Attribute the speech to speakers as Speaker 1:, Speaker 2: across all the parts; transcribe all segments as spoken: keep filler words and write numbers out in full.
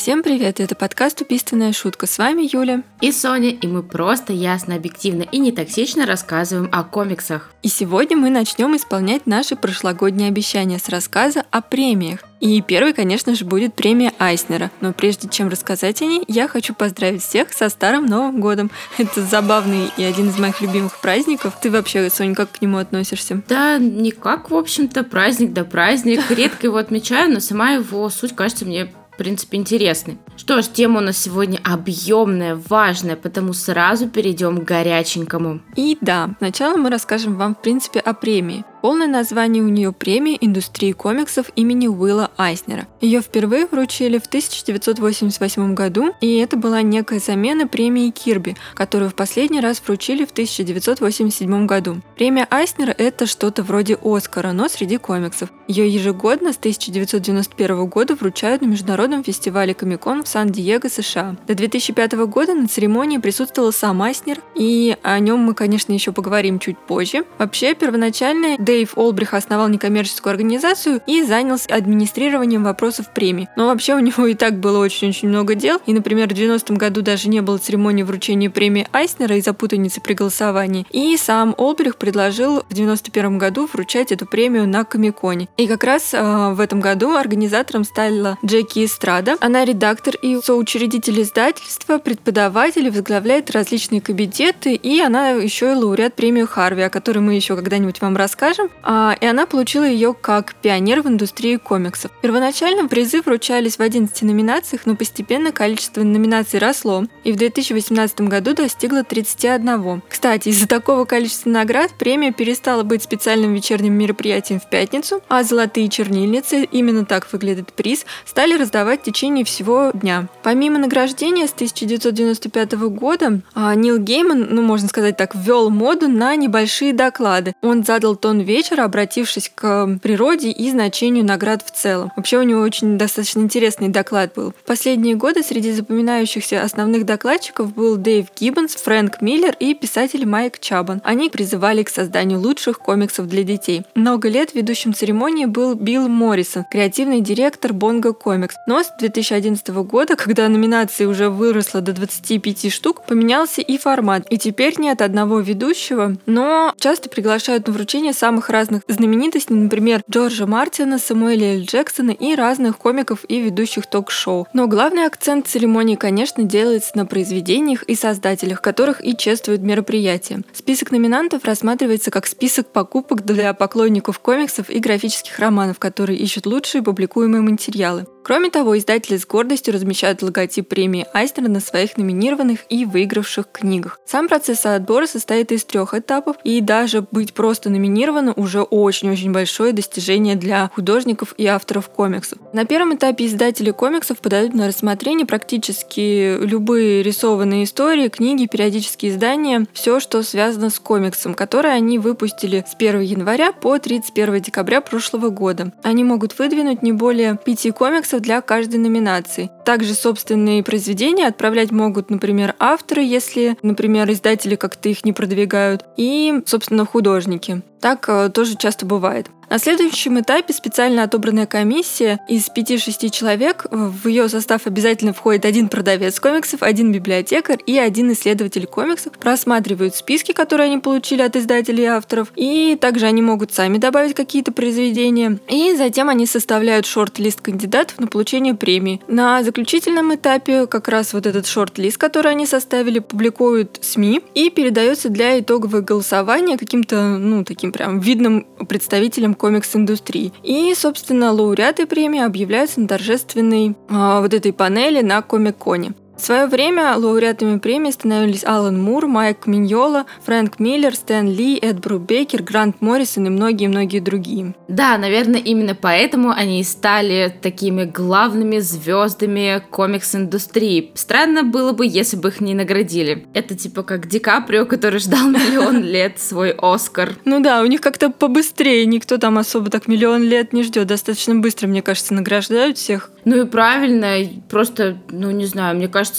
Speaker 1: Всем привет, это подкаст «Убийственная шутка». С вами Юля
Speaker 2: и Соня, и мы просто ясно, объективно и не токсично рассказываем о комиксах.
Speaker 1: И сегодня мы начнем исполнять наши прошлогодние обещания с рассказа о премиях. И первой, конечно же, будет премия Айснера. Но прежде чем рассказать о ней, я хочу поздравить всех со Старым Новым Годом. Это забавный и один из моих любимых праздников. Ты вообще, Соня, как к нему относишься?
Speaker 2: Да, никак, в общем-то, праздник да праздник. Редко его отмечаю, но сама его суть кажется мне в принципе интересной. Что ж, тема у нас сегодня объемная, важная, потому сразу перейдем к горяченькому.
Speaker 1: И да, сначала мы расскажем вам, в принципе, о премии. Полное название у нее премия индустрии комиксов имени Уилла Айснера. Ее впервые вручили в тысяча девятьсот восемьдесят восьмом году, и это была некая замена премии Кирби, которую в последний раз вручили в тысяча девятьсот восемьдесят седьмом году. Премия Айснера – это что-то вроде Оскара, но среди комиксов. Ее ежегодно с тысяча девятьсот девяносто первого года вручают на международном фестивале Комик-кон в Сан-Диего, США. До две тысячи пятого года на церемонии присутствовал сам Айснер, и о нем мы, конечно, еще поговорим чуть позже. Вообще, первоначально Дэйв Олбрих основал некоммерческую организацию и занялся администрированием вопросов премий. Но вообще у него и так было очень-очень много дел. И, например, в девяностом году даже не было церемонии вручения премии Айснера из-за путаницы при голосовании. И сам Олбрих предложил в девяносто первом году вручать эту премию на Комик-коне. И как раз э, в этом году организатором стала Джеки Эстрада. Она редактор и соучредитель издательства, преподаватель, возглавляет различные комитеты, и она еще и лауреат премии Харви, о которой мы еще когда-нибудь вам расскажем. И она получила ее как пионер в индустрии комиксов. Первоначально призы вручались в одиннадцати номинациях, но постепенно количество номинаций росло, и в две тысячи восемнадцатом году достигло тридцати одного. Кстати, из-за такого количества наград премия перестала быть специальным вечерним мероприятием в пятницу, а золотые чернильницы, именно так выглядит приз, стали раздавать в течение всего дня. Помимо награждения с тысяча девятьсот девяносто пятого года Нил Гейман, ну можно сказать так, ввел моду на небольшие доклады. Он задал тон вечера, обратившись к природе и значению наград в целом. Вообще у него очень достаточно интересный доклад был. В последние годы среди запоминающихся основных докладчиков был Дэйв Гиббонс, Фрэнк Миллер и писатель Майк Чабан. Они призывали к созданию лучших комиксов для детей. Много лет ведущим церемонии был Билл Моррисон, креативный директор Bongo Comics. Но с две тысячи одиннадцатого года, когда номинаций уже выросло до двадцати пяти штук, поменялся и формат. И теперь нет одного ведущего, но часто приглашают на вручение самых разных знаменитостей, например, Джорджа Мартина, Самуэля Л. Джексона и разных комиков и ведущих ток-шоу. Но главный акцент церемонии, конечно, делается на произведениях и создателях, которых и чествуют мероприятие. Список номинантов рассматривается как список покупок для поклонников комиксов и графических романов, которые ищут лучшие публикуемые материалы. Кроме того, издатели с гордостью размещают логотип премии Айснера на своих номинированных и выигравших книгах. Сам процесс отбора состоит из трех этапов, и даже быть просто номинированным уже очень-очень большое достижение для художников и авторов комиксов. На первом этапе издатели комиксов подают на рассмотрение практически любые рисованные истории, книги, периодические издания, все, что связано с комиксом, которые они выпустили с первого января по тридцать первого декабря прошлого года. Они могут выдвинуть не более пяти комиксов для каждой номинации. Также собственные произведения отправлять могут, например, авторы, если, например, издатели как-то их не продвигают, и, собственно, художники. Так тоже часто бывает. На следующем этапе специально отобранная комиссия из пяти-шести человек, в ее состав обязательно входит один продавец комиксов, один библиотекарь и один исследователь комиксов, просматривают списки, которые они получили от издателей и авторов, и также они могут сами добавить какие-то произведения, и затем они составляют шорт-лист кандидатов на получение премии. На заключительном этапе как раз вот этот шорт-лист, который они составили, публикуют СМИ и передается для итогового голосования каким-то, ну, таким прям видным представителям комикс-индустрии. И, собственно, лауреаты премии объявляются на торжественной э, вот этой панели на Комик-коне. В свое время лауреатами премии становились Алан Мур, Майк Миньола, Фрэнк Миллер, Стэн Ли, Эд Брубекер, Грант Моррисон и многие-многие другие.
Speaker 2: Да, наверное, именно поэтому они и стали такими главными звездами комикс-индустрии. Странно было бы, если бы их не наградили. Это типа как Ди Каприо, который ждал миллион лет свой Оскар.
Speaker 1: Ну да, у них как-то побыстрее, никто там особо так миллион лет не ждет. Достаточно быстро, мне кажется, награждают всех.
Speaker 2: Ну и правильно, просто, ну не знаю, мне кажется,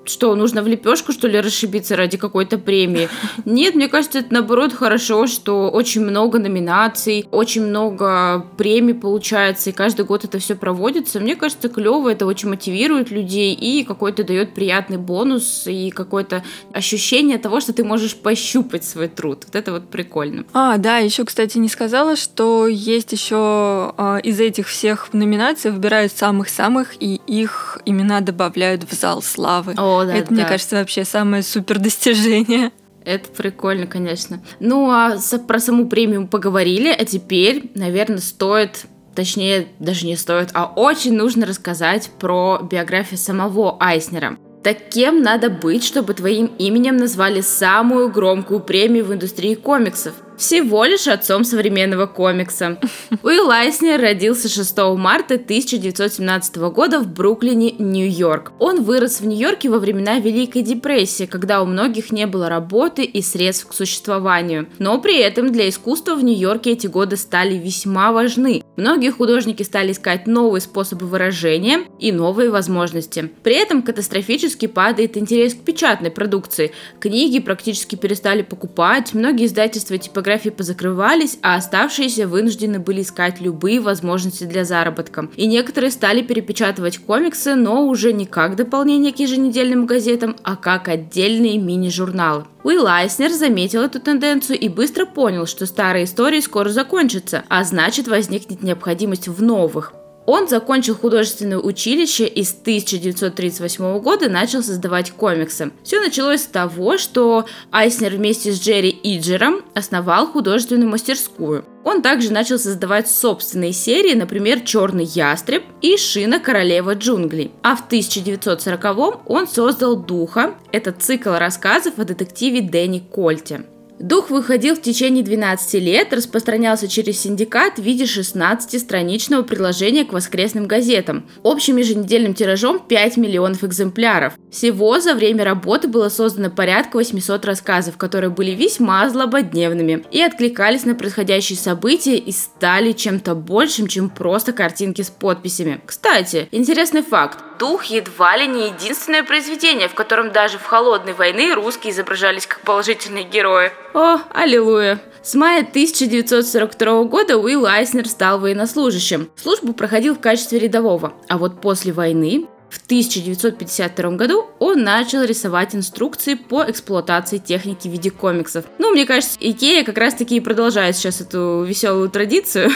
Speaker 2: Что, нужно в лепешку, что ли, расшибиться ради какой-то премии? Нет, мне кажется, это наоборот хорошо, что очень много номинаций, очень много премий получается, и каждый год это все проводится. Мне кажется, клево, это очень мотивирует людей и какой-то дает приятный бонус и какое-то ощущение того, что ты можешь пощупать свой труд. Вот это вот прикольно.
Speaker 1: А, да, еще, кстати, не сказала, что есть еще э, из этих всех номинаций выбирают самых-самых, и их имена добавляют в зал славы.
Speaker 2: О, да,
Speaker 1: это,
Speaker 2: да.
Speaker 1: мне кажется, вообще самое супер достижение.
Speaker 2: Это прикольно, конечно. Ну, а про саму премию мы поговорили, а теперь, наверное, стоит... Точнее, даже не стоит, а очень нужно рассказать про биографию самого Айснера. Так кем надо быть, чтобы твоим именем назвали самую громкую премию в индустрии комиксов? Всего лишь отцом современного комикса. Уилл Айснер родился шестого марта тысяча девятьсот семнадцатого года в Бруклине, Нью-Йорк. Он вырос в Нью-Йорке во времена Великой депрессии, когда у многих не было работы и средств к существованию. Но при этом для искусства в Нью-Йорке эти годы стали весьма важны. Многие художники стали искать новые способы выражения и новые возможности. При этом катастрофически падает интерес к печатной продукции. Книги практически перестали покупать, многие издательства и типографии позакрывались, а оставшиеся вынуждены были искать любые возможности для заработка. И некоторые стали перепечатывать комиксы, но уже не как дополнение к еженедельным газетам, а как отдельные мини-журналы. Уилл Айснер заметил эту тенденцию и быстро понял, что старые истории скоро закончатся, а значит возникнет необходимость в новых. Он закончил художественное училище и с тысяча девятьсот тридцать восьмого года начал создавать комиксы. Все началось с того, что Айснер вместе с Джерри Иджером основал художественную мастерскую. Он также начал создавать собственные серии, например, «Черный ястреб» и «Шина королева джунглей». А в тысяча девятьсот сороковом он создал «Духа». Это цикл рассказов о детективе Дэнни Кольте. «Дух» выходил в течение двенадцати лет, распространялся через синдикат в виде шестнадцатистраничного приложения к воскресным газетам. Общим еженедельным тиражом пять миллионов экземпляров. Всего за время работы было создано порядка восемьсот рассказов, которые были весьма злободневными и откликались на происходящие события и стали чем-то большим, чем просто картинки с подписями. Кстати, интересный факт. «Дух» едва ли не единственное произведение, в котором даже в холодной войны русские изображались как положительные герои. О, аллилуйя! С мая тысяча девятьсот сорок второго года Уилл Айснер стал военнослужащим. Службу проходил в качестве рядового, а вот после войны в тысяча девятьсот пятьдесят втором году он начал рисовать инструкции по эксплуатации техники в виде комиксов. Ну, мне кажется, Икея как раз-таки и продолжает сейчас эту веселую традицию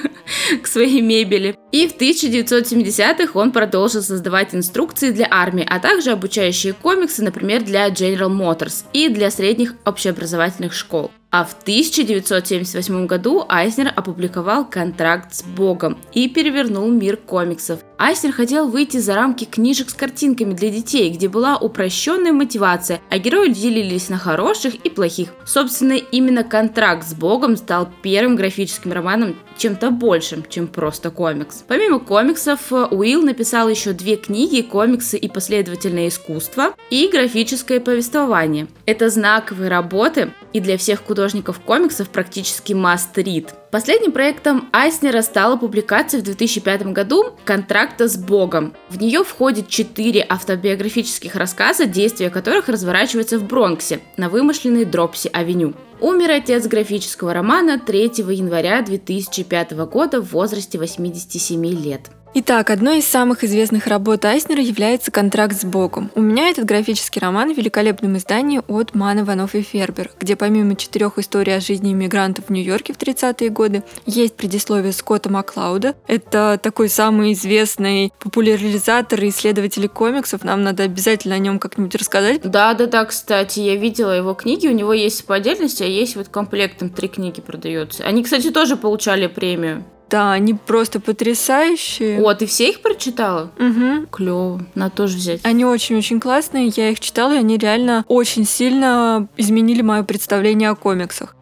Speaker 2: к своей мебели. И в тысяча девятьсот семидесятых он продолжил создавать инструкции для армии, а также обучающие комиксы, например, для General Motors и для средних общеобразовательных школ. А в тысяча девятьсот семьдесят восьмом году Айснер опубликовал «Контракт с Богом» и перевернул мир комиксов. Айснер хотел выйти за рамки книжек с картинками для детей, где была упрощенная мотивация, а герои делились на хороших и плохих. Собственно, именно «Контракт с Богом» стал первым графическим романом чем-то большим, чем просто комикс. Помимо комиксов, Уилл написал еще две книги, комиксы и последовательное искусство, и графическое повествование. Это знаковые работы, и для всех художников комиксов практически must-read. Последним проектом Айснера стала публикация в две тысячи пятом году «Контракта с Богом». В нее входит четыре автобиографических рассказа, действия которых разворачиваются в Бронксе, на вымышленной Дропси-авеню. Умер отец графического романа третьего января две тысячи пятого года в возрасте восьмидесяти семи лет.
Speaker 1: Итак, одной из самых известных работ Айснера является «Контракт с Богом». У меня этот графический роман в великолепном издании от Манн, Иванов и Фербер, где помимо четырех историй о жизни иммигрантов в Нью-Йорке в тридцатые годы, есть предисловие Скотта Маклауда. Это такой самый известный популяризатор и исследователь комиксов. Нам надо обязательно о нем как-нибудь рассказать.
Speaker 2: Да-да-да, кстати, я видела его книги, у него есть по отдельности, а есть вот комплектом три книги продается. Они, кстати, тоже получали премию.
Speaker 1: Да, они просто потрясающие.
Speaker 2: О, ты все их прочитала?
Speaker 1: Угу.
Speaker 2: Клево, надо тоже взять.
Speaker 1: Они очень-очень классные, я их читала, и они реально очень сильно изменили мое представление о комиксах.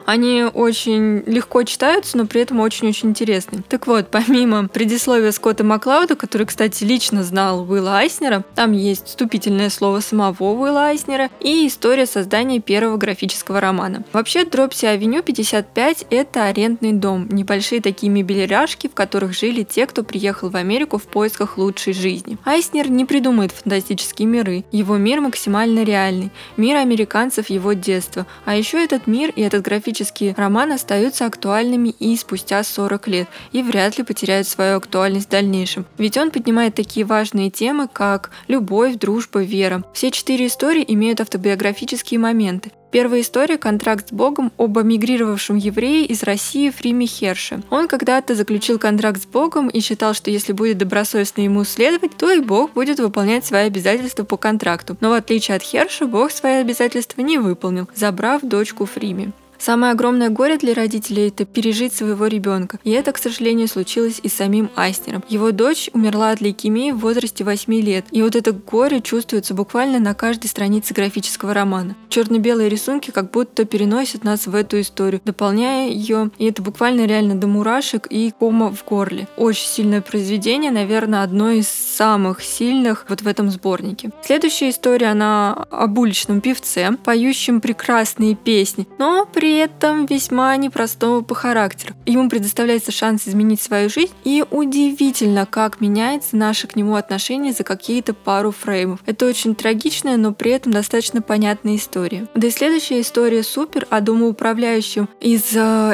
Speaker 1: Они очень легко читаются, но при этом очень-очень интересны. Так вот, помимо предисловия Скотта Маклауда, который, кстати, лично знал Уилла Айснера, там есть вступительное слово самого Уилла Айснера и история создания первого графического романа. Вообще, Дропси-авеню пятьдесят пять – это арендный дом, небольшие такие мебелиряшки, в которых жили те, кто приехал в Америку в поисках лучшей жизни. Айснер не придумывает фантастические миры, его мир максимально реальный, мир американцев его детства, а еще этот мир и этот графический роман остаются актуальными и спустя сорок лет, и вряд ли потеряют свою актуальность в дальнейшем. Ведь он поднимает такие важные темы, как любовь, дружба, вера. Все четыре истории имеют автобиографические моменты. Первая история – контракт с Богом об эмигрировавшем еврее из России Фриме Херше. Он когда-то заключил контракт с Богом и считал, что если будет добросовестно ему следовать, то и Бог будет выполнять свои обязательства по контракту. Но в отличие от Херша, Бог свои обязательства не выполнил, забрав дочку Фриме. Самое огромное горе для родителей – это пережить своего ребенка. И это, к сожалению, случилось и с самим Айснером. Его дочь умерла от лейкемии в возрасте восьми лет. И вот это горе чувствуется буквально на каждой странице графического романа. Черно-белые рисунки как будто переносят нас в эту историю, дополняя ее. И это буквально реально до мурашек и кома в горле. Очень сильное произведение, наверное, одно из самых сильных вот в этом сборнике. Следующая история, она об уличном певце, поющем прекрасные песни, но при При этом весьма непростого по характеру. Ему предоставляется шанс изменить свою жизнь, и удивительно, как меняется наше к нему отношение за какие-то пару фреймов. Это очень трагичная, но при этом достаточно понятная история. Да и следующая история супер о домоуправляющем из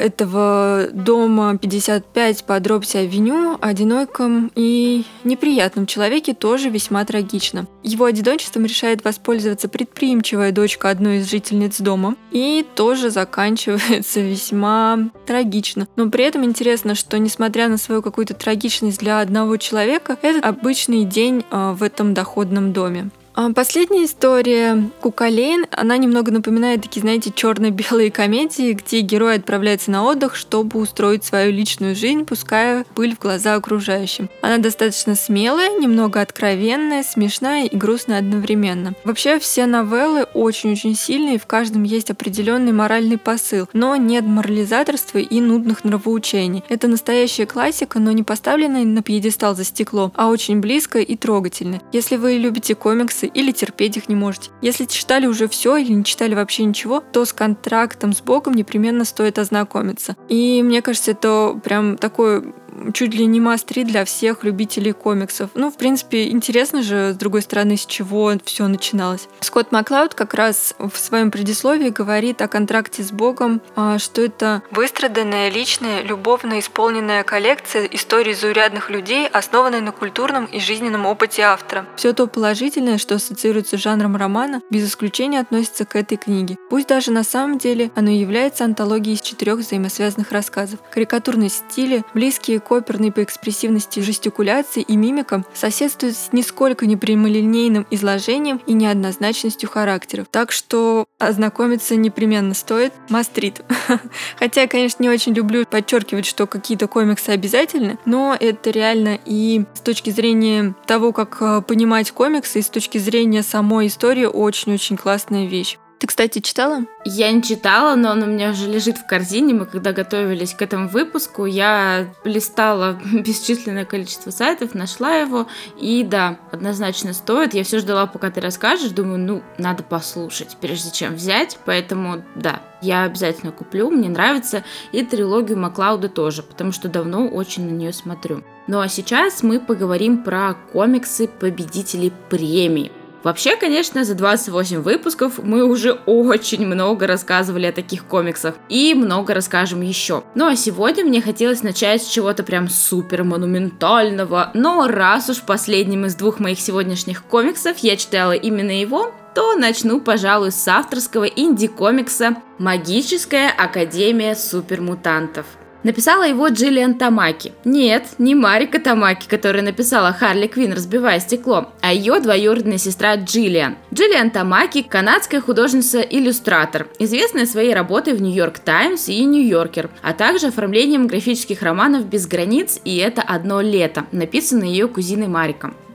Speaker 1: этого дома пятьдесят пять по Дропси-авеню, одиноком и неприятном человеке, тоже весьма трагично. Его одиночеством решает воспользоваться предприимчивая дочка одной из жительниц дома, и тоже заканчивается заканчивается весьма трагично. Но при этом интересно, что несмотря на свою какую-то трагичность для одного человека, это обычный день в этом доходном доме. Последняя история Кукалейн, она немного напоминает такие, знаете, черно-белые комедии, где герой отправляется на отдых, чтобы устроить свою личную жизнь, пуская пыль в глаза окружающим. Она достаточно смелая, немного откровенная, смешная и грустная одновременно. Вообще все новеллы очень-очень сильные, в каждом есть определенный моральный посыл, но нет морализаторства и нудных нравоучений. Это настоящая классика, но не поставленная на пьедестал за стекло, а очень близкая и трогательная. Если вы любите комиксы или терпеть их не можете. Если читали уже все или не читали вообще ничего, то с контрактом с Богом непременно стоит ознакомиться. И мне кажется, это прям такой чуть ли не must-read для всех любителей комиксов. Ну, в принципе, интересно же, с другой стороны, с чего все начиналось. Скотт Маклауд как раз в своем предисловии говорит о контракте с Богом, что это выстраданная, личная, любовно исполненная коллекция историй заурядных людей, основанная на культурном и жизненном опыте автора. Все то положительное, что ассоциируется с жанром романа, без исключения относится к этой книге. Пусть даже на самом деле оно является антологией из четырех взаимосвязанных рассказов. Карикатурные стили, близкие к оперной по экспрессивности жестикуляции и мимикам, соседствуют с нисколько не прямолинейным изложением и неоднозначностью характеров. Так что ознакомиться непременно стоит. Must read. Хотя я, конечно, не очень люблю подчеркивать, что какие-то комиксы обязательны, но это реально и с точки зрения того, как понимать комиксы, и с точки зрения самой истории очень-очень классная вещь. Ты, кстати, читала?
Speaker 2: Я не читала, но он у меня уже лежит в корзине. Мы когда готовились к этому выпуску, я листала бесчисленное количество сайтов, нашла его. И да, однозначно стоит. Я все ждала, пока ты расскажешь. Думаю, ну, надо послушать, прежде чем взять. Поэтому да, я обязательно куплю. Мне нравится. И трилогию Маклауда тоже, потому что давно очень на нее смотрю. Ну а сейчас мы поговорим про комиксы победителей премий. Вообще, конечно, за двадцать восемь выпусков мы уже очень много рассказывали о таких комиксах. И много расскажем еще. Ну а сегодня мне хотелось начать с чего-то прям супер монументального. Но раз уж последним из двух моих сегодняшних комиксов я читала именно его, то начну, пожалуй, с авторского инди-комикса «Магическая академия супермутантов». Написала его Джиллиан Тамаки. Нет, не Марика Тамаки, которая написала «Харли Квинн, разбивая стекло», а ее двоюродная сестра Джиллиан. Джиллиан Тамаки – канадская художница-иллюстратор, известная своей работой в Нью-Йорк Таймс и Нью-Йоркер, а также оформлением графических романов «Без границ» и «Это одно лето», написанное ее кузиной Мариком.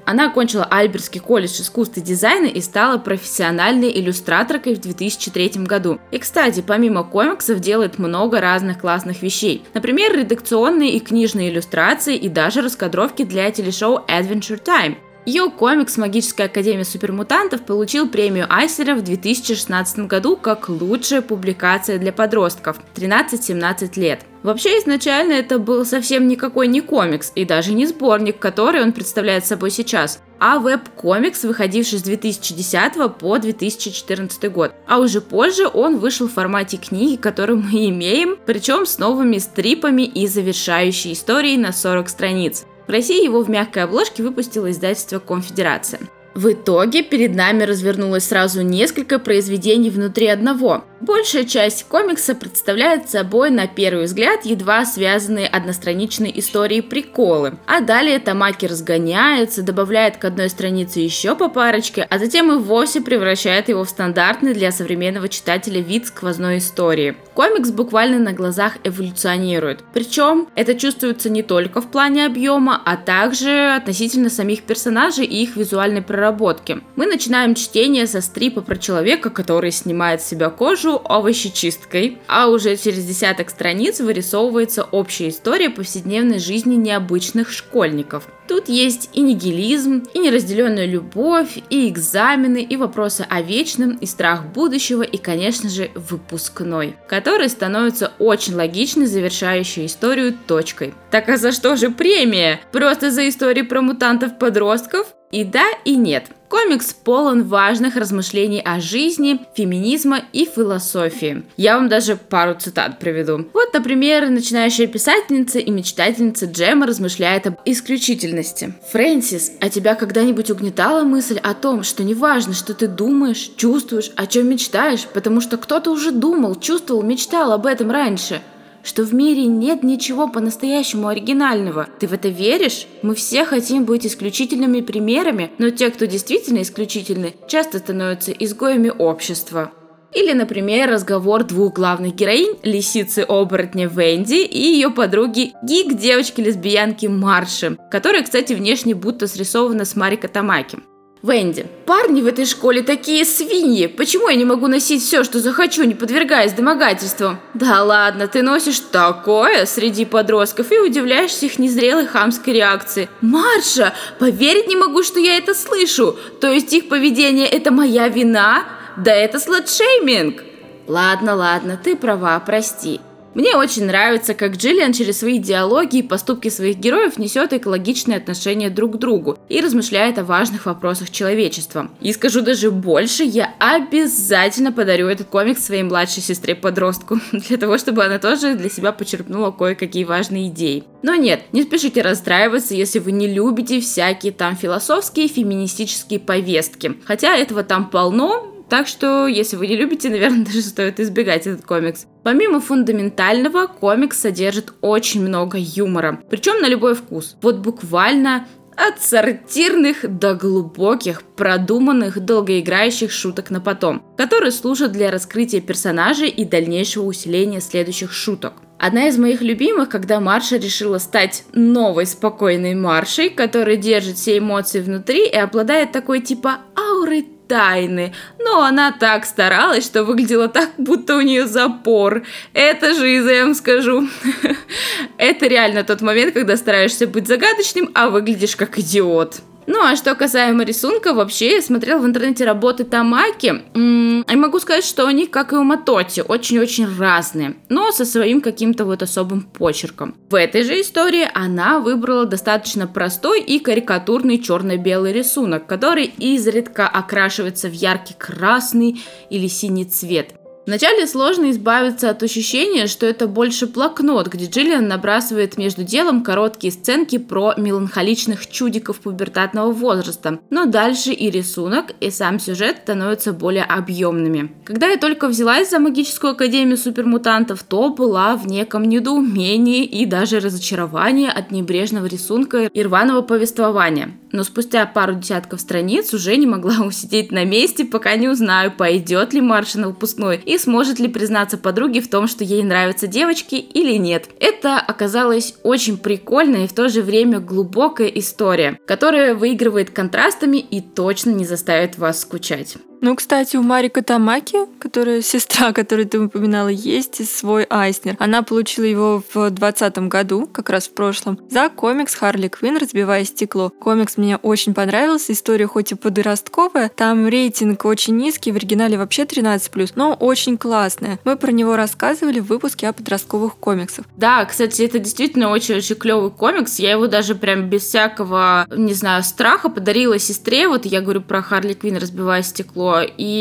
Speaker 2: Она окончила Альберский колледж искусств и дизайна и стала профессиональной иллюстраторкой в две тысячи третьем году. И, кстати, помимо комиксов делает много разных классных вещей. Например, редакционные и книжные иллюстрации и даже раскадровки для телешоу Adventure Time. Ее комикс «Магическая академия супермутантов» получил премию Айснера в две тысячи шестнадцатом году как лучшая публикация для подростков тринадцать-семнадцать лет. Вообще, изначально это был совсем никакой не комикс и даже не сборник, который он представляет собой сейчас, а веб-комикс, выходивший с две тысячи десятого по две тысячи четырнадцатый год. А уже позже он вышел в формате книги, которую мы имеем, причем с новыми стрипами и завершающей историей на сорок страниц. В России его в мягкой обложке выпустило издательство «Конфедерация». В итоге перед нами развернулось сразу несколько произведений внутри одного. Большая часть комикса представляет собой, на первый взгляд, едва связанные одностраничные истории-приколы. А далее Тамаки разгоняется, добавляет к одной странице еще по парочке, а затем и вовсе превращает его в стандартный для современного читателя вид сквозной истории. Комикс буквально на глазах эволюционирует. Причем это чувствуется не только в плане объема, а также относительно самих персонажей и их визуальной проработки. Мы начинаем чтение со стрипа про человека, который снимает с себя кожу овощечисткой, а уже через десяток страниц вырисовывается общая история повседневной жизни необычных школьников. Тут есть и нигилизм, и неразделенная любовь, и экзамены, и вопросы о вечном, и страх будущего, и, конечно же, выпускной, который становится очень логичной, завершающей историю точкой. Так а за что же премия? Просто за истории про мутантов-подростков? И да, и нет. Комикс полон важных размышлений о жизни, феминизма и философии. Я вам даже пару цитат приведу. Вот, например, начинающая писательница и мечтательница Джема размышляет об исключительности. «Фрэнсис, а тебя когда-нибудь угнетала мысль о том, что не важно, что ты думаешь, чувствуешь, о чем мечтаешь, потому что кто-то уже думал, чувствовал, мечтал об этом раньше? Что в мире нет ничего по-настоящему оригинального. Ты в это веришь? Мы все хотим быть исключительными примерами, но те, кто действительно исключительны, часто становятся изгоями общества». Или, например, разговор двух главных героинь, лисицы-оборотня Венди и ее подруги гик-девочки-лесбиянки Марши, которая, кстати, внешне будто срисована с Марико Тамаки. Венди. Парни в этой школе такие свиньи. Почему я не могу носить все, что захочу, не подвергаясь домогательствам? Да ладно, ты носишь такое среди подростков и удивляешься их незрелой хамской реакции. Марша, поверить не могу, что я это слышу. То есть их поведение – это моя вина? Да это сладшейминг. Ладно, ладно, ты права, прости. Мне очень нравится, как Джиллиан через свои диалоги и поступки своих героев несет экологичные отношения друг к другу и размышляет о важных вопросах человечества. И скажу даже больше, я обязательно подарю этот комикс своей младшей сестре-подростку, для того, чтобы она тоже для себя почерпнула кое-какие важные идеи. Но нет, не спешите расстраиваться, если вы не любите всякие там философские, феминистические повестки. Хотя этого там полно. Так что, если вы не любите, наверное, даже стоит избегать этот комикс. Помимо фундаментального, комикс содержит очень много юмора, причем на любой вкус. Вот буквально от сортирных до глубоких, продуманных, долгоиграющих шуток на потом, которые служат для раскрытия персонажей и дальнейшего усиления следующих шуток. Одна из моих любимых, когда Марша решила стать новой спокойной Маршей, которая держит все эмоции внутри и обладает такой типа аурой тайны, но она так старалась, что выглядела так, будто у нее запор. Это жиза, я вам скажу. Это реально тот момент, когда стараешься быть загадочным, а выглядишь как идиот. Ну, а что касаемо рисунка, вообще я смотрела в интернете работы Тамаки, м- и могу сказать, что они, как и у Матоти, очень-очень разные, но со своим каким-то вот особым почерком. В этой же истории она выбрала достаточно простой и карикатурный черно-белый рисунок, который изредка окрашивается в яркий красный или синий цвет. Вначале сложно избавиться от ощущения, что это больше блокнот, где Джиллиан набрасывает между делом короткие сценки про меланхоличных чудиков пубертатного возраста, но дальше и рисунок, и сам сюжет становятся более объемными. Когда я только взялась за магическую академию супермутантов, то была в неком недоумении и даже разочаровании от небрежного рисунка и рваного повествования. Но спустя пару десятков страниц уже не могла усидеть на месте, пока не узнаю, пойдет ли Марша на выпускной и сможет ли признаться подруге в том, что ей нравятся девочки или нет. Это оказалась очень прикольная и в то же время глубокая история, которая выигрывает контрастами и точно не заставит вас скучать.
Speaker 1: Ну, кстати, у Марика Тамаки, которая сестра, которую ты упоминала, есть свой Айснер. Она получила его в двадцатом году, как раз в прошлом, за комикс «Харли Квинн. Разбивая стекло». Комикс мне очень понравился, история хоть и подростковая, там рейтинг очень низкий, в оригинале вообще тринадцать плюс, но очень классная. Мы про него рассказывали в выпуске о подростковых комиксах.
Speaker 2: Да, кстати, это действительно очень-очень клевый комикс. Я его даже прям без всякого, не знаю, страха подарила сестре. Вот я говорю про Харли Квинн «Разбивая стекло».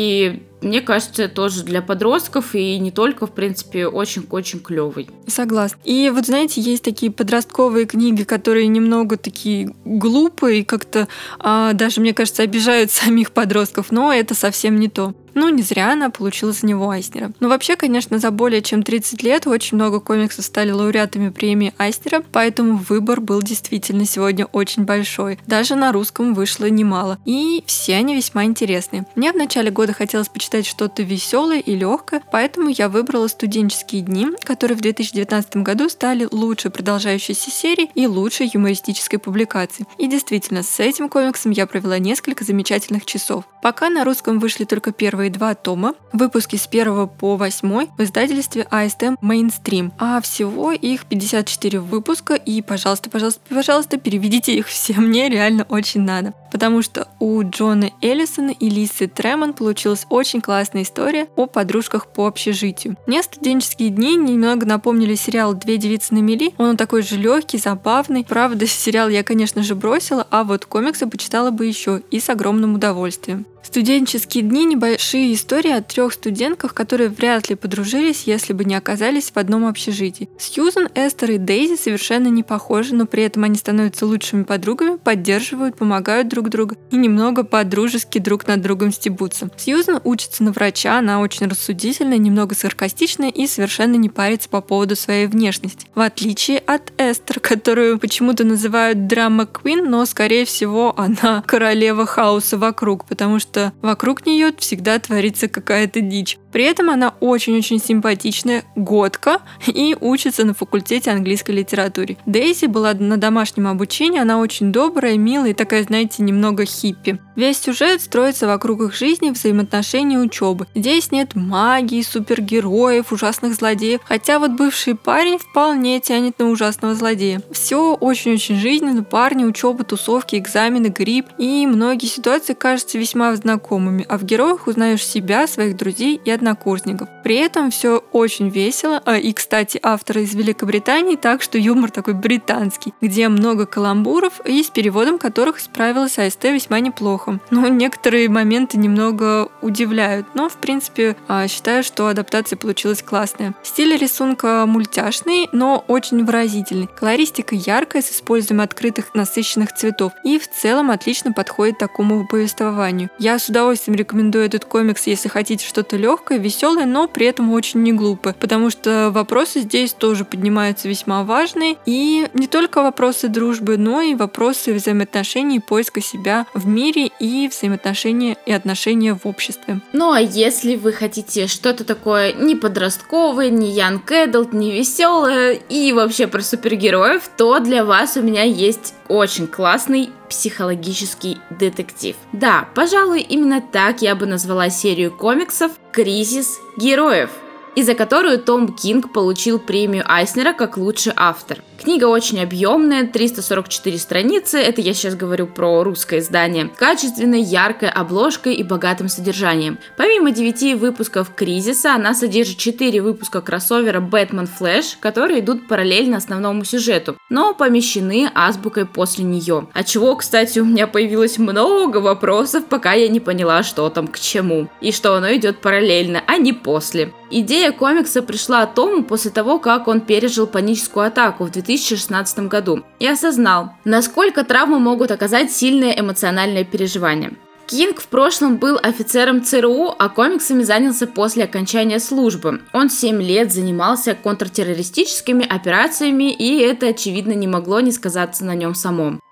Speaker 2: И мне кажется, тоже для подростков и не только, в принципе, очень-очень клевый.
Speaker 1: Согласна. И вот, знаете, есть такие подростковые книги, которые немного такие глупые, как-то а, даже, мне кажется, обижают самих подростков, но это совсем не то. Ну, не зря она получила за него Айснера. Но вообще, конечно, за более чем тридцать лет очень много комиксов стали лауреатами премии Айснера, поэтому выбор был действительно сегодня очень большой. Даже на русском вышло немало. И все они весьма интересные. Мне в начале года хотелось почитать что-то веселое и легкое, поэтому я выбрала «Студенческие дни», которые в две тысячи девятнадцатом году стали лучшей продолжающейся серией и лучшей юмористической публикацией. И действительно, с этим комиксом я провела несколько замечательных часов. Пока на русском вышли только первые два тома, выпуски с первого по восьмой в издательстве эй эс эм Mainstream, а всего их пятьдесят четыре выпуска, и, пожалуйста, пожалуйста, пожалуйста, переведите их все, мне реально очень надо. Потому что у Джона Эллисона и Лисы Тремон получилась очень классная история о подружках по общежитию. Мне «Студенческие дни» немного напомнили сериал «Две девицы на мели». Он такой же легкий, забавный. Правда, сериал я, конечно же, бросила, а вот комиксы почитала бы еще и с огромным удовольствием. «Студенческие дни» — небольшие истории о трех студентках, которые вряд ли подружились, если бы не оказались в одном общежитии. Сьюзан, Эстер и Дейзи совершенно не похожи, но при этом они становятся лучшими подругами, поддерживают, помогают друг другу и немного по-дружески друг над другом стебутся. Сьюзан учится на врача, она очень рассудительная, немного саркастичная и совершенно не парится по поводу своей внешности. В отличие от Эстер, которую почему-то называют драма Квин, но скорее всего она королева хаоса вокруг, потому что что вокруг нее всегда творится какая-то дичь. При этом она очень-очень симпатичная, готка и учится на факультете английской литературы. Дейзи была на домашнем обучении, она очень добрая, милая и такая, знаете, немного хиппи. Весь сюжет строится вокруг их жизни, взаимоотношений и учебы. Здесь нет магии, супергероев, ужасных злодеев, хотя вот бывший парень вполне тянет на ужасного злодея. Все очень-очень жизненно, парни, учеба, тусовки, экзамены, грипп, и многие ситуации кажутся весьма знакомыми, а в героях узнаешь себя, своих друзей и однокурсников. При этом все очень весело, а, и, кстати, авторы из Великобритании, так что юмор такой британский, где много каламбуров и с переводом которых справилась эй эс тэ весьма неплохо. Но некоторые моменты немного удивляют, но в принципе считаю, что адаптация получилась классная. Стиль рисунка мультяшный, но очень выразительный. Колористика яркая, с использованием открытых насыщенных цветов и в целом отлично подходит такому повествованию. Я с удовольствием рекомендую этот комикс, если хотите что-то легкое, веселое, но при этом очень не глупое, потому что вопросы здесь тоже поднимаются весьма важные, и не только вопросы дружбы, но и вопросы взаимоотношений и поиска себя в мире и взаимоотношения и отношения в обществе.
Speaker 2: Ну а если вы хотите что-то такое не подростковое, не young adult, не веселое и вообще про супергероев, то для вас у меня есть очень классный психологический детектив. Да, пожалуй, именно так я бы назвала серию комиксов «Кризис героев», и за которую Том Кинг получил премию Айснера как лучший автор. Книга очень объемная, триста сорок четыре страницы, это я сейчас говорю про русское издание, качественной, яркой обложкой и богатым содержанием. Помимо девяти выпусков «Кризиса», она содержит четыре выпуска кроссовера «Бэтмен Флэш», которые идут параллельно основному сюжету, но помещены азбукой после нее. Отчего, кстати, у меня появилось много вопросов, пока я не поняла, что там к чему, и что оно идет параллельно, а не после. Идея комикса пришла Тому после того, как он пережил паническую атаку в две тысячи шестнадцатом году и осознал, насколько травмы могут оказать сильное эмоциональное переживание. Кинг в прошлом был офицером цэ эр у, а комиксами занялся после окончания службы. Он семь лет занимался контртеррористическими операциями, и это, очевидно, не могло не сказаться на нем самом.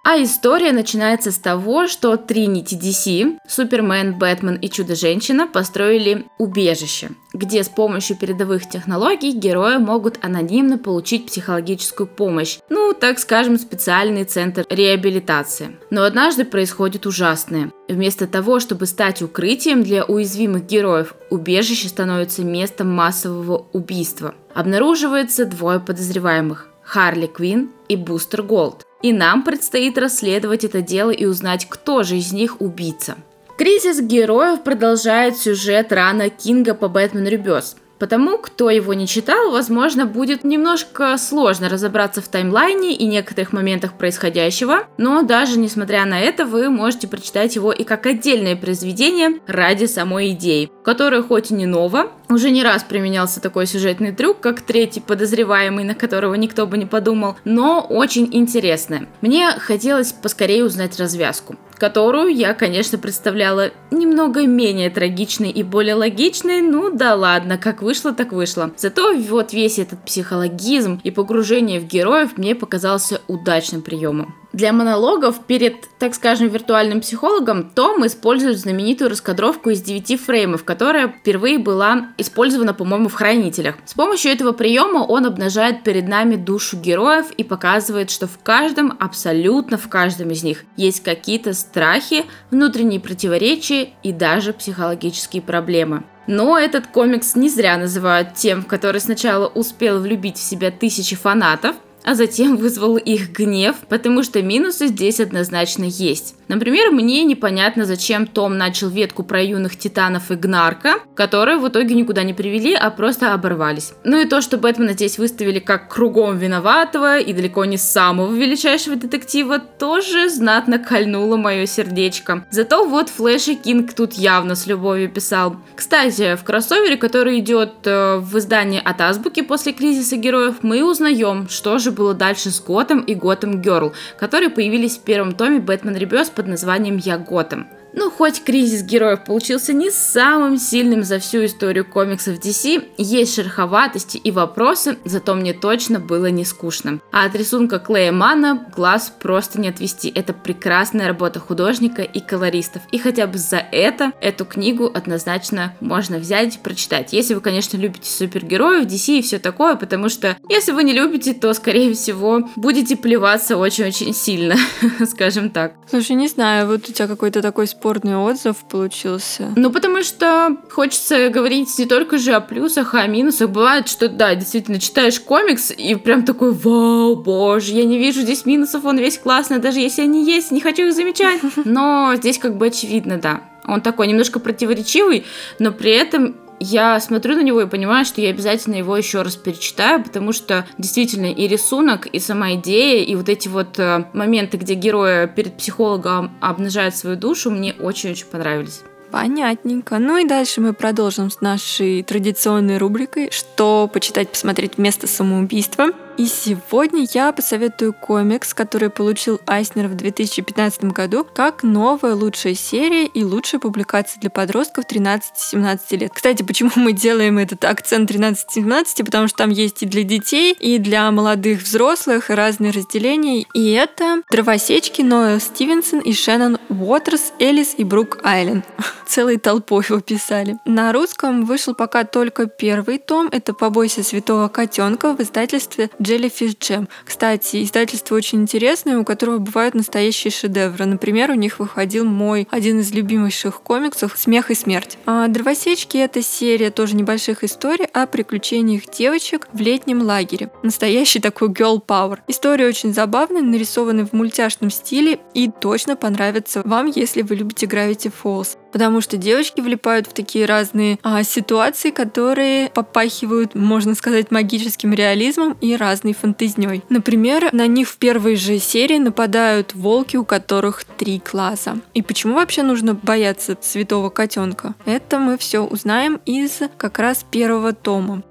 Speaker 2: А история начинается с того, что Тринити ди си, Супермен, Бэтмен и Чудо-женщина построили убежище, где с помощью передовых технологий герои могут анонимно получить психологическую помощь, ну, так скажем, специальный центр реабилитации. Но однажды происходит ужасное. Вместо того, чтобы стать укрытием для уязвимых героев, убежище становится местом массового убийства. Обнаруживается двое подозреваемых – Харли Квинн и Бустер Голд. И нам предстоит расследовать это дело и узнать, кто же из них убийца. Кризис героев продолжает сюжет рана Кинга по Бэтмен Ребёрс. Потому, кто его не читал, возможно, будет немножко сложно разобраться в таймлайне и некоторых моментах происходящего, но даже несмотря на это, вы можете прочитать его и как отдельное произведение ради самой идеи, которая хоть и не нова, уже не раз применялся такой сюжетный трюк, как третий подозреваемый, на которого никто бы не подумал, но очень интересная. Мне хотелось поскорее узнать развязку, которую я, конечно, представляла немного менее трагичной и более логичной, ну да ладно, как вышло, так вышло. Зато вот весь этот психологизм и погружение в героев мне показался удачным приемом. Для монологов перед, так скажем, виртуальным психологом Том использует знаменитую раскадровку из девяти фреймов, которая впервые была использована, по-моему, в «Хранителях». С помощью этого приема он обнажает перед нами душу героев и показывает, что в каждом, абсолютно в каждом из них есть какие-то страхи, внутренние противоречия и даже психологические проблемы. Но этот комикс не зря называют тем, в который сначала успел влюбить в себя тысячи фанатов, а затем вызвал их гнев, потому что минусы здесь однозначно есть. Например, мне непонятно, зачем Том начал ветку про юных титанов и Гнарка, которые в итоге никуда не привели, а просто оборвались. Ну и то, что Бэтмена здесь выставили как кругом виноватого и далеко не самого величайшего детектива, тоже знатно кольнуло мое сердечко. Зато вот Флэш и Кинг тут явно с любовью писал. Кстати, в кроссовере, который идет э, в издании от Азбуки после кризиса героев, мы узнаем, что же было дальше с Готэм и Готэм Герл, которые появились в первом томе Бэтмен Ребёрс под названием «Я Готэм». Ну, хоть кризис героев получился не самым сильным за всю историю комиксов ди си, есть шероховатости и вопросы, зато мне точно было не скучно. А от рисунка Клея Манна глаз просто не отвести. Это прекрасная работа художника и колористов. И хотя бы за это эту книгу однозначно можно взять и прочитать. Если вы, конечно, любите супергероев, ди си и все такое, потому что если вы не любите, то, скорее всего, будете плеваться очень-очень сильно, скажем так.
Speaker 1: Слушай, не знаю, вот у тебя какой-то такой спорный отзыв получился.
Speaker 2: Ну, потому что хочется говорить не только же о плюсах, а о минусах. Бывает, что, да, действительно, читаешь комикс и прям такой: вау, боже, я не вижу здесь минусов, он весь классный, даже если они есть, не хочу их замечать. Но здесь как бы очевидно, да. Он такой немножко противоречивый, но при этом я смотрю на него и понимаю, что я обязательно его еще раз перечитаю, потому что действительно и рисунок, и сама идея, и вот эти вот э, моменты, где герои перед психологом обнажают свою душу, мне очень-очень понравились.
Speaker 1: Понятненько. Ну и дальше мы продолжим с нашей традиционной рубрикой «Что почитать, посмотреть вместо самоубийства». И сегодня я посоветую комикс, который получил Айснер в две тысячи пятнадцатом году как новая лучшая серия и лучшая публикация для подростков тринадцати-семнадцати лет. Кстати, почему мы делаем этот акцент тринадцати-семнадцати? Потому что там есть и для детей, и для молодых взрослых разные разделения. И это «Дровосечки» Ноэл Стивенсон и Шеннон Уотерс, Элис и Брук Айлен. Целой толпой его писали. На русском вышел пока только первый том. Это «Побойся святого котенка» в издательстве Jellyfish Jam. Кстати, издательство очень интересное, у которого бывают настоящие шедевры. Например, у них выходил мой один из любимейших комиксов «Смех и смерть». А «Дровосечки» — это серия тоже небольших историй о приключениях девочек в летнем лагере. Настоящий такой girl power. История очень забавная, нарисована в мультяшном стиле и точно понравится вам, если вы любите Gravity Falls. Потому что девочки влипают в такие разные а, ситуации, которые попахивают, можно сказать, магическим реализмом и разной фантазнёй. Например, на них в первой же серии нападают волки, у которых три глаза. И почему вообще нужно бояться святого котенка? Это мы все узнаем из как раз первого тома.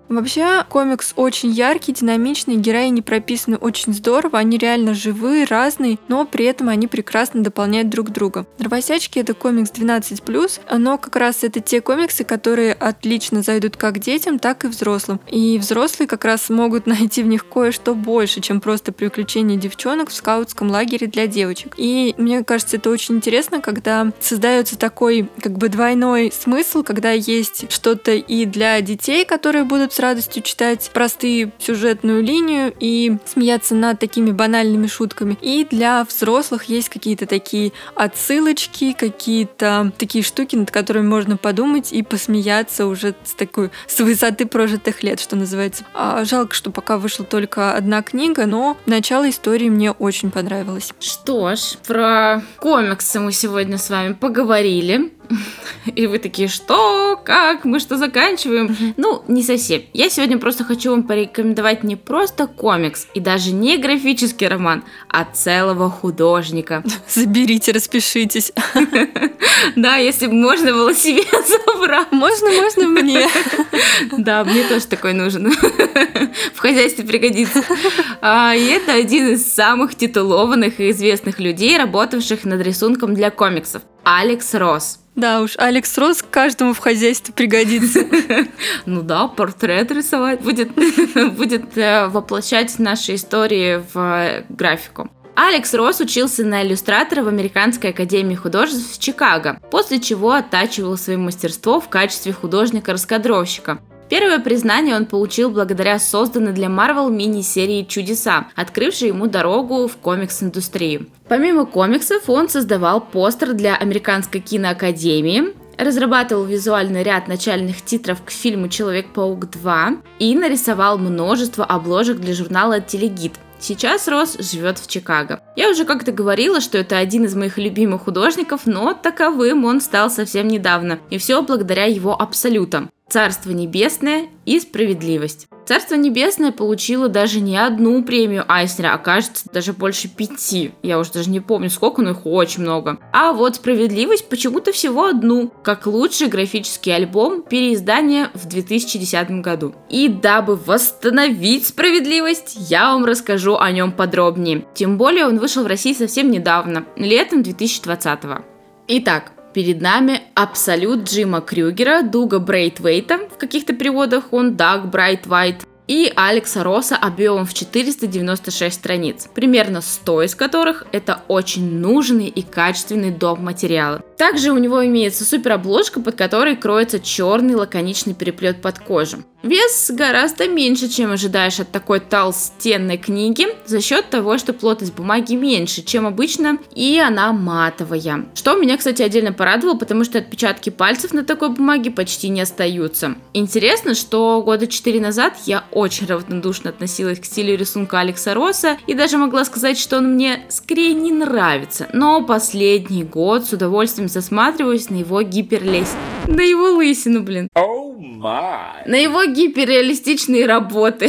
Speaker 1: Вообще, комикс очень яркий, динамичный, героини прописаны очень здорово, они реально живые, разные, но при этом они прекрасно дополняют друг друга. «Дровосячки» — это комикс двенадцать плюс, но как раз это те комиксы, которые отлично зайдут как детям, так и взрослым. И взрослые как раз могут найти в них кое-что больше, чем просто приключения девчонок в скаутском лагере для девочек. И мне кажется, это очень интересно, когда создается такой как бы двойной смысл, когда есть что-то и для детей, которые будут с радостью читать простые сюжетную линию и смеяться над такими банальными шутками, и для взрослых есть какие-то такие отсылочки, какие-то такие штуки, над которыми можно подумать и посмеяться уже с такой с высоты прожитых лет, что называется. А жалко, что пока вышла только одна книга, но начало истории мне очень понравилось.
Speaker 2: Что ж, про комиксы мы сегодня с вами поговорили. И вы такие, что? Как? Мы что, заканчиваем? Mm-hmm. Ну, не совсем. Я сегодня просто хочу вам порекомендовать не просто комикс и даже не графический роман, а целого художника.
Speaker 1: Заберите, распишитесь.
Speaker 2: Да, если бы можно было себе забрать.
Speaker 1: Можно, можно мне.
Speaker 2: Да, мне тоже такой нужен. В хозяйстве пригодится. И это один из самых титулованных и известных людей, работавших над рисунком для комиксов. Алекс Росс.
Speaker 1: Да уж, Алекс Росс каждому в хозяйстве пригодится.
Speaker 2: Ну да, портрет рисовать будет, будет воплощать наши истории в графику. Алекс Росс учился на иллюстратора в Американской академии художеств в Чикаго, после чего оттачивал свое мастерство в качестве художника-раскадровщика. Первое признание он получил благодаря созданной для Marvel мини-серии «Чудеса», открывшей ему дорогу в комикс-индустрию. Помимо комиксов, он создавал постер для Американской киноакадемии, разрабатывал визуальный ряд начальных титров к фильму «Человек-паук два» и нарисовал множество обложек для журнала «Телегид». Сейчас Росс живет в Чикаго. Я уже как-то говорила, что это один из моих любимых художников, но таковым он стал совсем недавно, и все благодаря его абсолютам. «Царство небесное» и «Справедливость». «Царство небесное» получило даже не одну премию Айснера, а кажется, даже больше пяти. Я уже даже не помню, сколько, но их очень много. А вот «Справедливость» почему-то всего одну, как лучший графический альбом переиздания в две тысячи десятом году. И дабы восстановить «Справедливость», я вам расскажу о нем подробнее. Тем более он вышел в России совсем недавно, летом две тысячи двадцатого. Итак, перед нами абсолют Джима Крюгера, Дуга Брейтвейта, в каких-то переводах он Даг Брайтвайт, и Алекса Росса объемом в четыреста девяносто шесть страниц, примерно сто из которых это очень нужные и качественные доп. Материалы. Также у него имеется суперобложка, под которой кроется черный лаконичный переплет под кожу. Вес гораздо меньше, чем ожидаешь от такой толстенной книги, за счет того, что плотность бумаги меньше, чем обычно, и она матовая. Что меня, кстати, отдельно порадовало, потому что отпечатки пальцев на такой бумаге почти не остаются. Интересно, что года четыре назад я очень равнодушно относилась к стилю рисунка Алекса Росса и даже могла сказать, что он мне скорее не нравится. Но последний год с удовольствием засматриваюсь на его гиперлес... На его лысину, блин.
Speaker 3: Oh my.
Speaker 2: На его гиперреалистичные работы.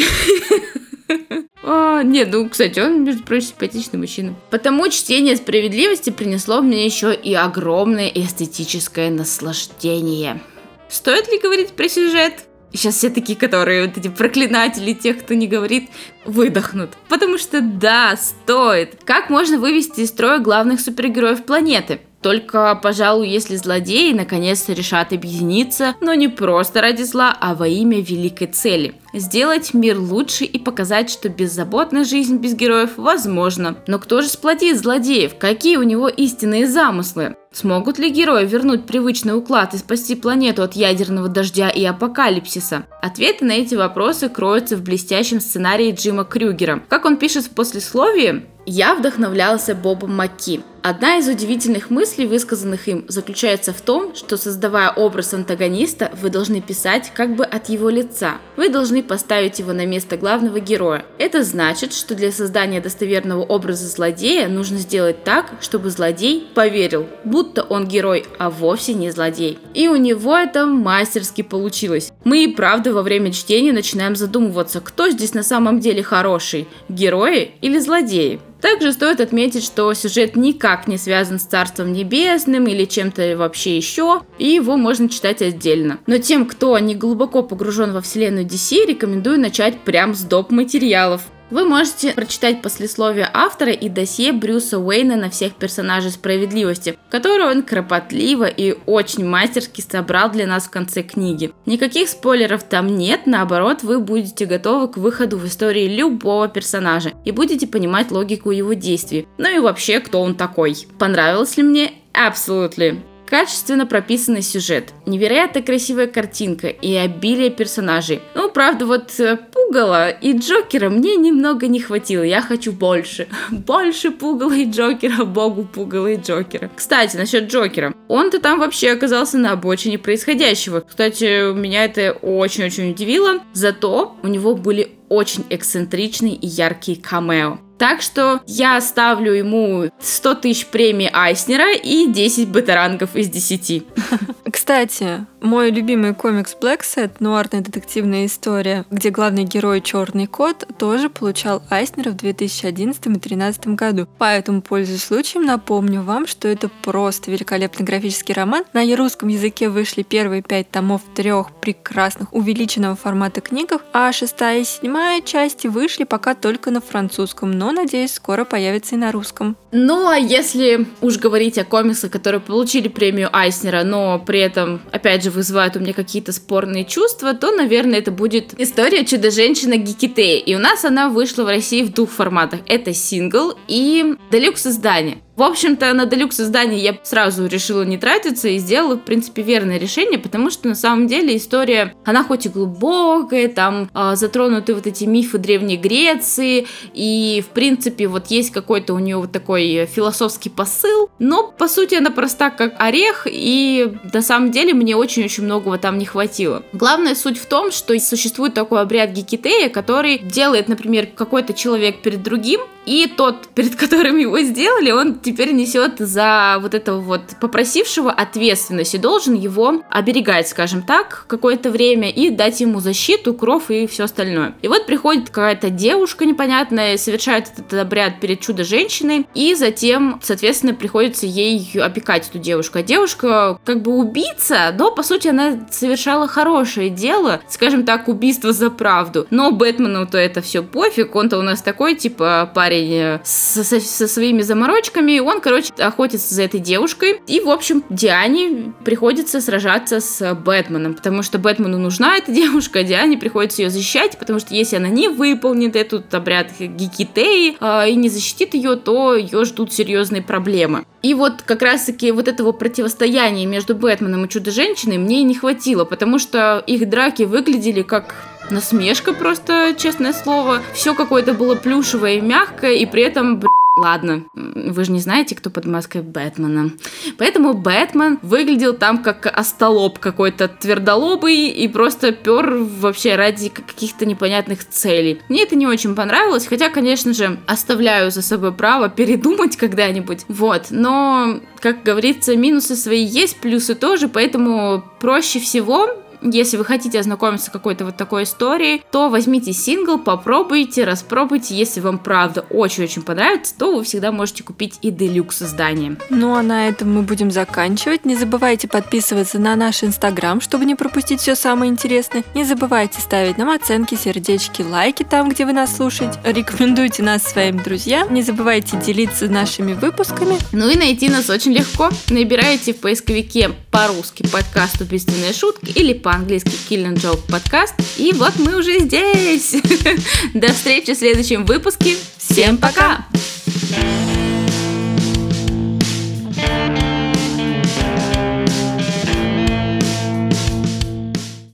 Speaker 2: А, нет, ну, кстати, он, между прочим, симпатичный мужчина. Потому чтение «Справедливости» принесло мне еще и огромное эстетическое наслаждение. Стоит ли говорить про сюжет? Сейчас все такие, которые вот эти проклинатели, тех, кто не говорит, выдохнут. Потому что да, стоит. Как можно вывести из строя главных супергероев планеты? Только, пожалуй, если злодеи наконец-то решат объединиться, но не просто ради зла, а во имя великой цели. Сделать мир лучше и показать, что беззаботная жизнь без героев возможна. Но кто же сплотит злодеев? Какие у него истинные замыслы? Смогут ли герои вернуть привычный уклад и спасти планету от ядерного дождя и апокалипсиса? Ответы на эти вопросы кроются в блестящем сценарии Джима Крюгера. Как он пишет в послесловии, «Я вдохновлялся Бобом Макки. Одна из удивительных мыслей, высказанных им, заключается в том, что, создавая образ антагониста, вы должны писать как бы от его лица. Вы должны поставить его на место главного героя. Это значит, что для создания достоверного образа злодея нужно сделать так, чтобы злодей поверил, будто он герой, а вовсе не злодей. И у него это мастерски получилось. Мы и правда во время чтения начинаем задумываться, кто здесь на самом деле хороший, герои или злодеи. Также стоит отметить, что сюжет никак не связан с Царством Небесным или чем-то вообще еще, и его можно читать отдельно. Но тем, кто не глубоко погружен во вселенную ди си, рекомендую начать прям с доп. Материалов. Вы можете прочитать послесловие автора и досье Брюса Уэйна на всех персонажей Справедливости, которую он кропотливо и очень мастерски собрал для нас в конце книги. Никаких спойлеров там нет, наоборот, вы будете готовы к выходу в истории любого персонажа и будете понимать логику его действий. Ну и вообще, кто он такой. Понравилось ли мне? Абсолютно. Качественно прописанный сюжет, невероятно красивая картинка и обилие персонажей. Ну, правда, вот Пугала и Джокера мне немного не хватило, я хочу больше. Больше Пугала и Джокера, богу Пугала и Джокера. Кстати, насчет Джокера. Он-то там вообще оказался на обочине происходящего. Кстати, меня это очень-очень удивило. Зато у него были очень эксцентричные и яркие камео. Так что я ставлю ему сто тысяч премий Айснера и десять бета-рангов из десяти.
Speaker 1: Кстати, мой любимый комикс Black Set, нуарная детективная история, где главный герой Черный кот, тоже получал Айснера в две тысячи одиннадцатом и две тысячи тринадцатом году. Поэтому, пользуясь случаем, напомню вам, что это просто великолепный графический роман. На русском языке вышли первые пять томов трех прекрасных увеличенного формата книгах, а шестая и седьмая части вышли пока только на французском, но, надеюсь, скоро появится и на русском.
Speaker 2: Ну, а если уж говорить о комиксах, которые получили премию Айснера, но при этом, опять же, вызывают у меня какие-то спорные чувства, то, наверное, это будет история «Чудо-женщина Гикитея». И у нас она вышла в России в двух форматах. Это сингл и делюкс-издание. В общем-то, на делюкс-издание я сразу решила не тратиться и сделала, в принципе, верное решение, потому что, на самом деле, история, она хоть и глубокая, там э, затронуты вот эти мифы Древней Греции, и, в принципе, вот есть какой-то у нее вот такой философский посыл, но, по сути, она проста как орех, и, на самом деле, мне очень-очень многого там не хватило. Главная суть в том, что существует такой обряд Гикитея, который делает, например, какой-то человек перед другим, и тот, перед которым его сделали, он теперь несет за вот этого вот попросившего ответственность и должен его оберегать, скажем так, какое-то время и дать ему защиту, кров и все остальное. И вот приходит какая-то девушка непонятная, совершает этот обряд перед чудо-женщиной, и затем, соответственно, приходится ей опекать эту девушку. А девушка как бы убийца, но, по сути, она совершала хорошее дело, скажем так, убийство за правду. Но Бэтмену-то это все пофиг, он-то у нас такой, типа, парень со, со, со своими заморочками, он, короче, охотится за этой девушкой, и, в общем, Диане приходится сражаться с Бэтменом, потому что Бэтмену нужна эта девушка, а Диане приходится ее защищать, потому что если она не выполнит этот обряд Гикитеи э, и не защитит ее, то ее ждут серьезные проблемы. И вот как раз-таки вот этого противостояния между Бэтменом и Чудо-женщиной мне и не хватило, потому что их драки выглядели как насмешка просто, честное слово. Все какое-то было плюшевое и мягкое, и при этом, блин, ладно, вы же не знаете, кто под маской Бэтмена. Поэтому Бэтмен выглядел там как остолоп какой-то твердолобый и просто пер вообще ради каких-то непонятных целей. Мне это не очень понравилось, хотя, конечно же, оставляю за собой право передумать когда-нибудь. Вот, но, как говорится, минусы свои есть, плюсы тоже, поэтому проще всего... Если вы хотите ознакомиться с какой-то вот такой историей, то возьмите сингл, попробуйте, распробуйте. Если вам правда очень-очень понравится, то вы всегда можете купить и делюкс издание.
Speaker 1: Ну а на этом мы будем заканчивать. Не забывайте подписываться на наш инстаграм, чтобы не пропустить все самое интересное. Не забывайте ставить нам оценки, сердечки, лайки там, где вы нас слушаете. Рекомендуйте нас своим друзьям. Не забывайте делиться нашими выпусками.
Speaker 2: Ну и найти нас очень легко. Набирайте в поисковике по-русски подкаст «Убийственные шутки» или по-английски Kill and Joke подкаст. И вот мы уже здесь. До встречи в следующем выпуске. Всем пока!